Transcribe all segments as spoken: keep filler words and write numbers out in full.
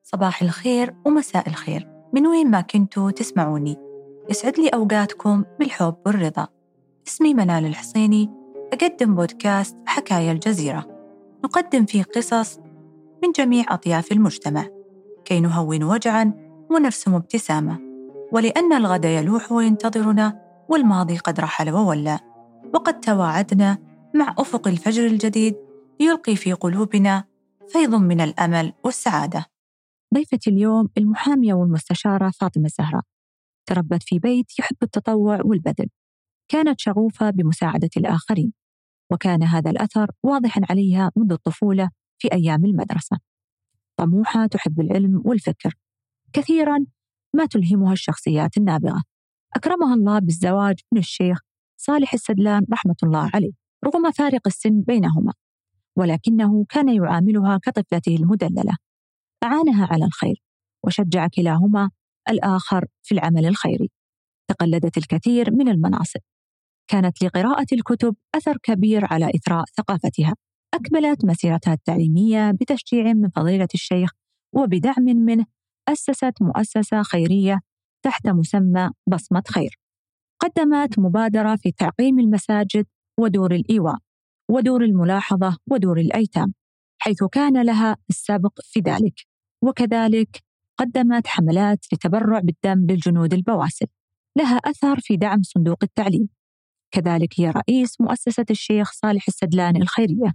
صباح الخير ومساء الخير من وين ما كنتوا تسمعوني. يسعد لي أوقاتكم بالحب والرضا. اسمي منال الحصيني، أقدم بودكاست حكاية الجزيرة، نقدم فيه قصص من جميع أطياف المجتمع كي نهون وجعاً ونرسم ابتسامة، ولأن الغد يلوح وينتظرنا والماضي قد رحل وولى، وقد تواعدنا مع أفق الفجر الجديد ليلقي في قلوبنا فيض من الأمل والسعادة. ضيفتي اليوم المحامية والمستشارة فاطمة الزهراء. تربت في بيت يحب التطوع والبذل، كانت شغوفة بمساعدة الآخرين، وكان هذا الأثر واضحاً عليها منذ الطفولة في أيام المدرسة. طموحة، تحب العلم والفكر، كثيراً ما تلهمها الشخصيات النابغة. أكرمها الله بالزواج من الشيخ صالح السدلان رحمة الله عليه رغم فارق السن بينهما، ولكنه كان يعاملها كطفلته المدللة، أعانها على الخير وشجع كلاهما الآخر في العمل الخيري. تقلدت الكثير من المناصب، كانت لقراءة الكتب أثر كبير على إثراء ثقافتها. أكملت مسيرتها التعليمية بتشجيع من فضيلة الشيخ وبدعم منه، أسست مؤسسة خيرية تحت مسمى بصمة خير. قدمت مبادرة في تعقيم المساجد ودور الإيواء ودور الملاحظة ودور الأيتام، حيث كان لها السابق في ذلك. وكذلك قدمت حملات لتبرع بالدم للجنود البواسل، لها أثر في دعم صندوق التعليم. كذلك هي رئيس مؤسسة الشيخ صالح السدلان الخيرية.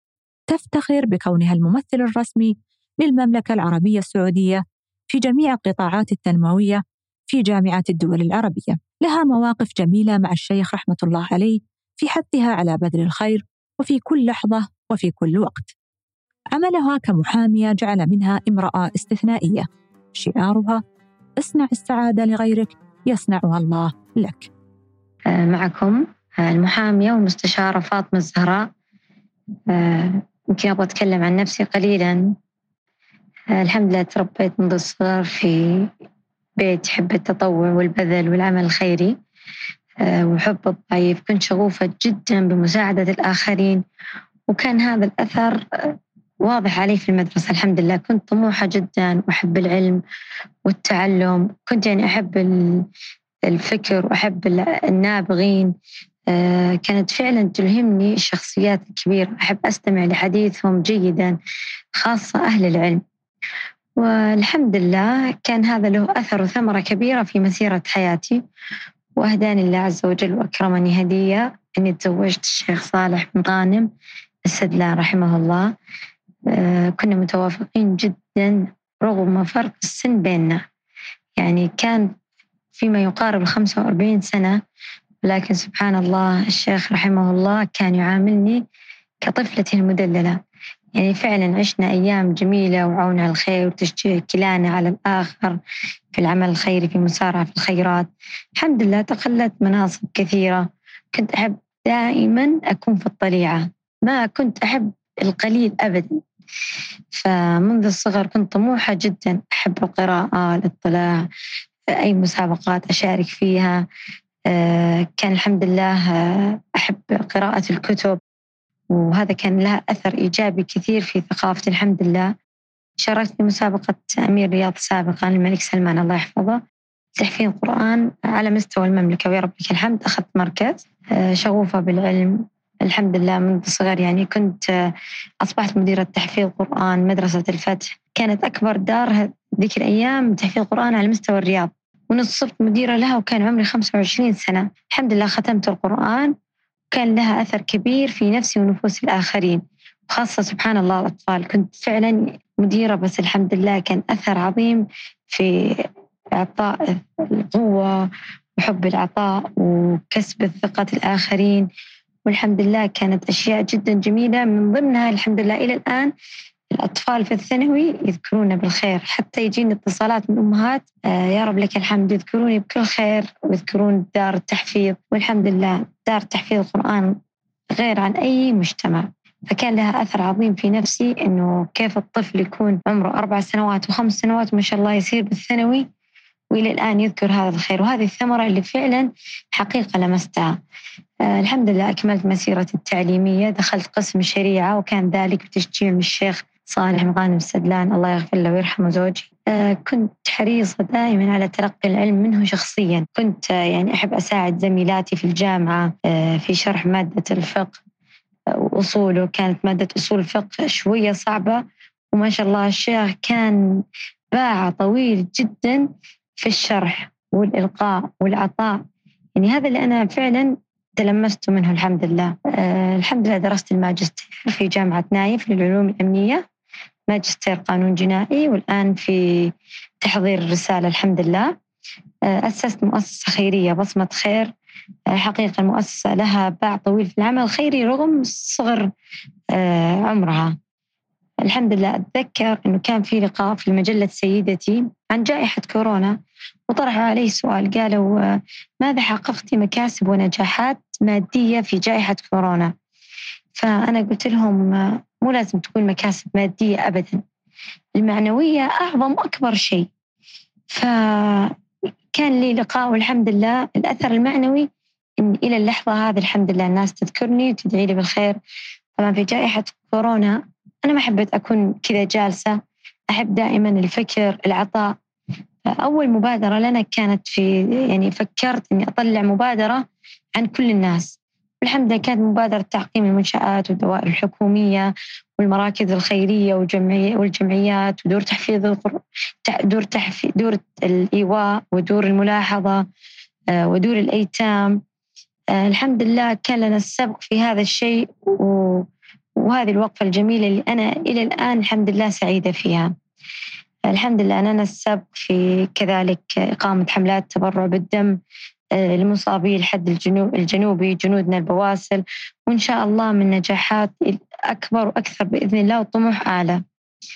تفتخر بكونها الممثل الرسمي للمملكة العربية السعودية في جميع القطاعات التنموية في جامعة الدول العربية. لها مواقف جميلة مع الشيخ رحمة الله عليه في حثها على بذل الخير وفي كل لحظة وفي كل وقت. عملها كمحامية جعل منها امرأة استثنائية، شعارها اصنع السعادة لغيرك يصنعها الله لك. معكم المحامية والمستشارة فاطمة الزهراء. يمكن أبغى أتكلم عن نفسي قليلاً. الحمد لله تربيت منذ الصغر في بيت يحب التطوع والبذل والعمل الخيري وحب الضعيف. كنت شغوفة جداً بمساعدة الآخرين، وكان هذا الأثر واضح علي في المدرسة. الحمد لله كنت طموحة جداً وأحب العلم والتعلم، كنت يعني أحب الفكر وأحب النابغين. كانت فعلاً تلهمني الشخصيات الكبيرة، أحب أستمع لحديثهم جيداً، خاصة أهل العلم. والحمد لله كان هذا له أثر وثمرة كبيرة في مسيرة حياتي، وأهداني الله عز وجل وأكرمني هدية أني تزوجت الشيخ صالح بن غانم السدلان رحمه الله. كنا متوافقين جدا رغم فرق السن بيننا، يعني كان فيما يقارب الخمسة وأربعين سنة، لكن سبحان الله الشيخ رحمه الله كان يعاملني كطفلته المدللة. يعني فعلا عشنا أيام جميلة وعون على الخير وتشجيع كلانا على الآخر في العمل الخيري، في مسارعة في الخيرات. الحمد لله تقلدت مناصب كثيرة، كنت أحب دائما أكون في الطليعة، ما كنت أحب القليل أبدا. فمنذ الصغر كنت طموحة جدا، أحب القراءة، الاطلاع، أي مسابقات أشارك فيها. كان الحمد لله أحب قراءة الكتب، وهذا كان لها أثر إيجابي كثير في ثقافتي. الحمد لله شاركت في مسابقة أمير رياض سابقا الملك سلمان الله يحفظه تحفيظ القرآن على مستوى المملكة، ويا رب لك الحمد أخذت مركز. شغوفة بالعلم الحمد لله منذ الصغر، يعني كنت أصبحت مديرة تحفيظ قرآن مدرسة الفتح، كانت أكبر دار ذيك الأيام تحفيظ قرآن على مستوى الرياض، ونصفت مديرة لها وكان عمري خمسة وعشرين سنة. الحمد لله ختمت القرآن، كان لها أثر كبير في نفسي ونفوس الآخرين، خاصة سبحان الله الأطفال. كنت فعلا مديرة، بس الحمد لله كان أثر عظيم في إعطاء القوة وحب العطاء وكسب ثقة الآخرين. والحمد لله كانت أشياء جدا جميلة، من ضمنها الحمد لله إلى الآن الأطفال في الثانوي يذكرون بالخير، حتى يجيني اتصالات من أمهات آه يا رب لك الحمد يذكروني بكل خير، ويذكرون دار التحفيظ. والحمد لله دار تحفيظ القرآن غير عن أي مجتمع، فكان لها أثر عظيم في نفسي، إنه كيف الطفل يكون عمره أربع سنوات وخمس سنوات ما شاء الله يصير بالثانوي وإلى الآن يذكر هذا الخير. وهذه الثمرة اللي فعلا حقيقة لمستها. آه الحمد لله أكملت مسيرتي التعليمية، دخلت قسم الشريعة، وكان ذلك بتشجيع من الشيخ صالح مغانم السدلان الله يغفر له ويرحمه زوجي. آه كنت حريصة دائما على تلقي العلم منه شخصيا. كنت آه يعني أحب أساعد زميلاتي في الجامعة آه في شرح مادة الفقه وأصوله. كانت مادة أصول الفقه شوية صعبة، وما شاء الله الشيخ كان باع طويل جدا في الشرح والإلقاء والعطاء. يعني هذا اللي أنا فعلا تلمست منه الحمد لله. أه الحمد لله درست الماجستير في جامعة نايف للعلوم الأمنية، ماجستير قانون جنائي، والآن في تحضير الرسالة الحمد لله. أه أسست مؤسسة خيرية بصمة خير. أه حقيقة المؤسسة لها باع طويل في العمل الخيري رغم صغر أه عمرها. الحمد لله أتذكر أنه كان في لقاء في مجلة سيدتي عن جائحة كورونا، وطرحوا علي سؤال، قالوا ماذا حققتي مكاسب ونجاحات مادية في جائحة كورونا؟ فأنا قلت لهم مو لازم تكون مكاسب مادية أبدا، المعنوية أعظم أكبر شيء. فكان لي لقاء والحمد لله الأثر المعنوي إن إلى اللحظة هذه الحمد لله الناس تذكرني وتدعي لي بالخير. طبعا في جائحة كورونا أنا ما حبيت أكون كذا جالسة، أحب دائما الفكر العطاء. أول مبادرة لنا كانت في يعني فكرت إني أطلع مبادرة عن كل الناس، والحمد لله كانت مبادرة تعقيم المنشآت والدوائر الحكومية والمراكز الخيرية والجمعية والجمعيات ودور تحفيظ القر... دور تحفي... دور الإيواء ودور الملاحظة ودور الأيتام. الحمد لله كان لنا السبق في هذا الشيء، و... وهذه الوقفة الجميلة اللي أنا إلى الآن الحمد لله سعيدة فيها. الحمد لله أنا السبق في كذلك إقامة حملات تبرع بالدم لمصابي الحد الجنوبي جنودنا البواسل، وإن شاء الله من نجاحات أكبر وأكثر بإذن الله والطموح أعلى.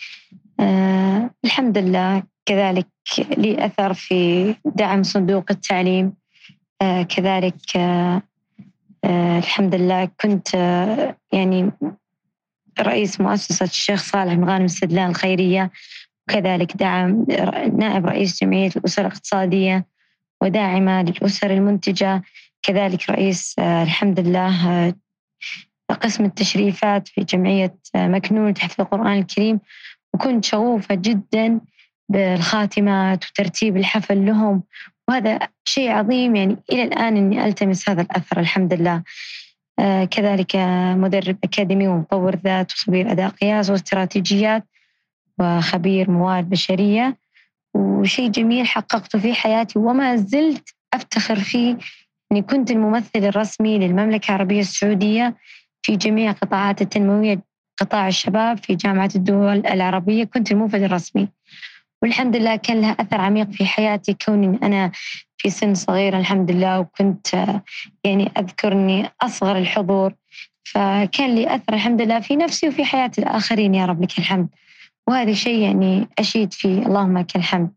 أه الحمد لله كذلك لي أثر في دعم صندوق التعليم. أه كذلك أه أه الحمد لله كنت أه يعني رئيس مؤسسة الشيخ صالح مغانم السدلان الخيرية، وكذلك دعم نائب رئيس جمعية الأسر الاقتصادية وداعمة للأسر المنتجة، كذلك رئيس الحمد لله قسم التشريفات في جمعية مكنون تحفيظ القرآن الكريم. وكنت شغوفة جدا بالخاتمات وترتيب الحفل لهم، وهذا شيء عظيم يعني إلى الآن أني ألتمس هذا الأثر الحمد لله. كذلك مدرب أكاديمي ومطور ذات وخبير أداء قياس واستراتيجيات وخبير موارد بشرية. وشيء جميل حققته في حياتي وما زلت أفتخر فيه أني كنت الممثل الرسمي للمملكة العربية السعودية في جميع قطاعات التنموية. قطاع الشباب في جامعة الدول العربية كنت الممثل الرسمي، والحمد لله كان لها أثر عميق في حياتي كوني أنا في سن صغيرة الحمد لله، وكنت يعني أذكر أني أصغر الحضور، فكان لي أثر الحمد لله في نفسي وفي حياة الآخرين يا رب لك الحمد. وهذا شيء يعني أشيد فيه اللهم لك الحمد.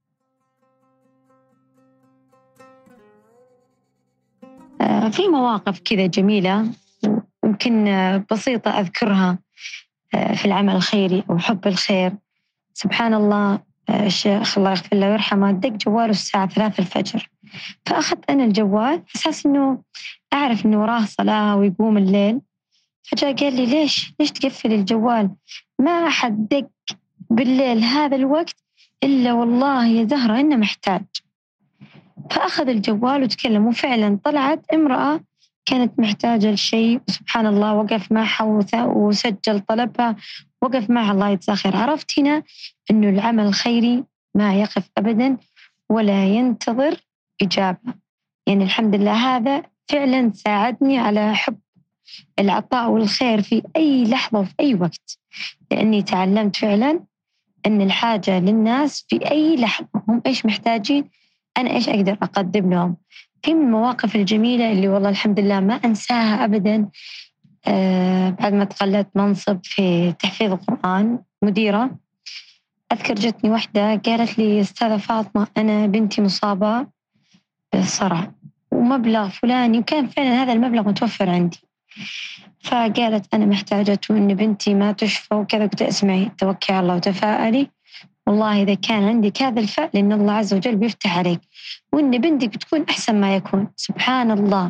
في مواقف كذا جميلة يمكن بسيطة أذكرها في العمل الخيري أو حب الخير. سبحان الله الشيخ الله يغفر له ويرحمه دق جواله الساعة ثلاثة الفجر، فأخذت أنا الجوال أساس إنه أعرف إنه وراه صلاة ويقوم الليل. فجاء قال لي ليش ليش تقفل الجوال؟ ما أحد دق بالليل هذا الوقت إلا والله يا زهرة إنه محتاج. فأخذ الجوال وتكلم، وفعلا طلعت امرأة كانت محتاجة لشيء، سبحان الله وقف معها وسجل طلبها، وقف معها الله يجزاه خير. عرفت هنا إنه العمل الخيري ما يقف أبدا ولا ينتظر إجابة. يعني الحمد لله هذا فعلا ساعدني على حب العطاء والخير في أي لحظة وفي أي وقت، لأني تعلمت فعلا أن الحاجة للناس في أي لحظة هم إيش محتاجين أنا إيش أقدر أقدم لهم. في من المواقف الجميلة اللي والله الحمد لله ما أنساها أبدا. أه بعد ما تقلدت منصب في تحفيظ القرآن مديرة، أذكر جتني واحدة قالت لي أستاذة فاطمة أنا بنتي مصابة بالصرع ومبلغ فلاني، وكان فعلا هذا المبلغ متوفر عندي. فقالت أنا محتاجة إن بنتي ما تشفى وكذا. قلت اسمعي توكلي على الله وتفائلي، والله إذا كان عندك هذا الفعل إن الله عز وجل بيفتح عليك وإن بنتك بتكون أحسن ما يكون. سبحان الله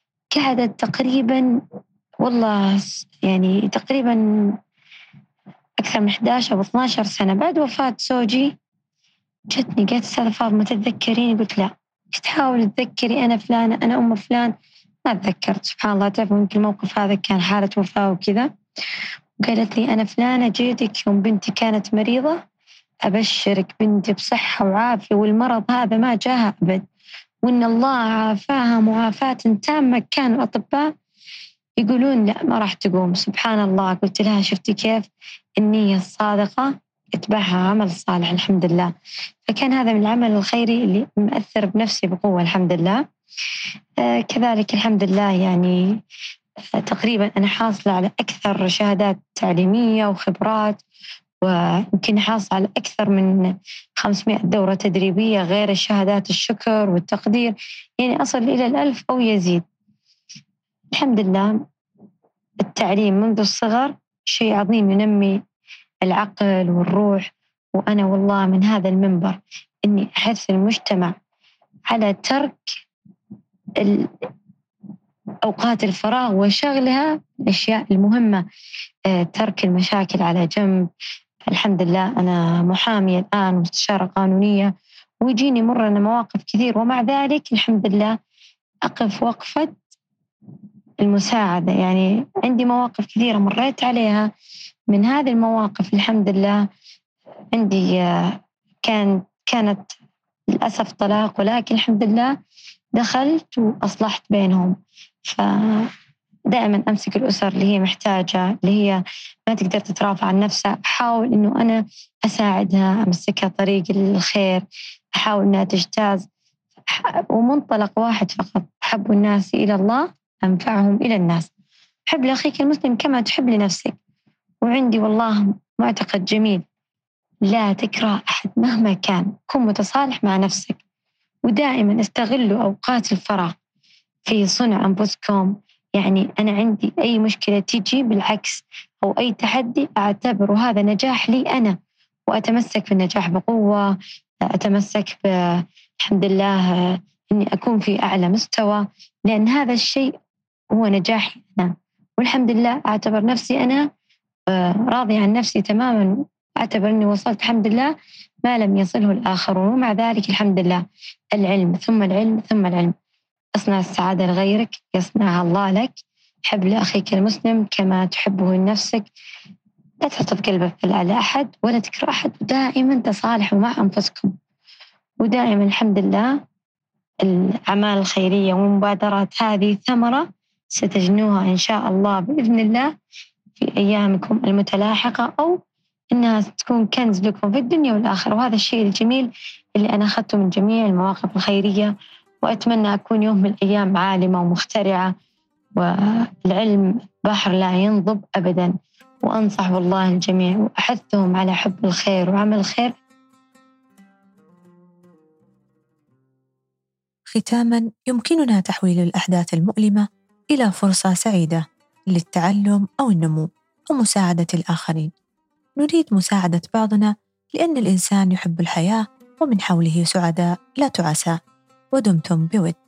قعدت تقريبا والله يعني تقريبا أكثر من إحدى عشر أو اثنا عشر سنة بعد وفاة زوجي. جتني قالت أستاذة فاطمة تتذكريني؟ قلت لا. تحاول تذكري أنا فلانة أنا أم فلان، ما تذكرت. سبحان الله، تعرف ممكن الموقف هذا كان حالة وفاة وكذا. وقالت لي أنا فلانة جيتك يوم بنتي كانت مريضة، أبشرك بنتي بصحة وعافية والمرض هذا ما جاها أبد، وإن الله عافاها معافاة تامة. كان الأطباء يقولون لا ما راح تقوم. سبحان الله. قلت لها شفتي كيف النية الصادقة اتبعها عمل صالح الحمد لله. فكان هذا من العمل الخيري اللي مأثر بنفسي بقوة الحمد لله. آه كذلك الحمد لله يعني آه تقريبا أنا حاصلة على أكثر شهادات تعليمية وخبرات، ويمكن حاصلة على أكثر من خمسمائة دورة تدريبية غير الشهادات الشكر والتقدير، يعني أصل إلى الألف أو يزيد. الحمد لله. التعليم منذ الصغر شيء عظيم ينمي العقل والروح. وأنا والله من هذا المنبر إني أحث المجتمع على ترك أوقات الفراغ وشغلها الأشياء المهمة، ترك المشاكل على جنب. الحمد لله أنا محامية الآن، مستشارة قانونية، ويجيني مرة مواقف كثير، ومع ذلك الحمد لله أقف وقفة المساعدة. يعني عندي مواقف كثيرة مريت عليها، من هذه المواقف الحمد لله عندي كان كانت للأسف طلاق، ولكن الحمد لله دخلت وأصلحت بينهم. فدائما أمسك الأسر اللي هي محتاجة، اللي هي ما تقدر تترافع عن نفسها، أحاول إنه أنا أساعدها، أمسكها طريق الخير، أحاول إنها تجتاز، ومنطلق واحد فقط: حب الناس إلى الله أنفعهم إلى الناس. حب لأخيك المسلم كما تحب لنفسك. وعندي والله معتقد جميل: لا تكره أحد مهما كان، كن متصالح مع نفسك، ودائما استغلوا أوقات الفراغ في صنع أنفسكم. يعني أنا عندي أي مشكلة تيجي بالعكس أو أي تحدي أعتبره هذا نجاح لي أنا، وأتمسك بالنجاح بقوة. أتمسك بالحمد لله إني أكون في أعلى مستوى، لأن هذا الشيء هو نجاحي أنا. والحمد لله أعتبر نفسي أنا راضي عن نفسي تماماً، أعتبر أني وصلت الحمد لله ما لم يصله الآخرون. ومع ذلك الحمد لله العلم ثم العلم ثم العلم. أصنع السعادة لغيرك يصنعها الله لك. حب لأخيك المسلم كما تحبه لنفسك. لا تحط في قلبك على أحد ولا تكره أحد، ودائما تصالحوا مع أنفسكم. ودائما الحمد لله الأعمال الخيرية والمبادرات هذه ثمرة ستجنوها إن شاء الله بإذن الله في أيامكم المتلاحقة، أو إنها تكون كنز لكم في الدنيا والآخرة. وهذا الشيء الجميل اللي أنا أخذته من جميع المواقف الخيرية. وأتمنى أكون يوم من الأيام عالمة ومخترعة، والعلم بحر لا ينضب أبداً. وأنصح والله الجميع وأحثهم على حب الخير وعمل الخير. ختاماً، يمكننا تحويل الأحداث المؤلمة إلى فرصة سعيدة للتعلم أو النمو ومساعدة الآخرين. نريد مساعدة بعضنا لأن الإنسان يحب الحياة ومن حوله سعداء لا تعسى. ودمتم بود.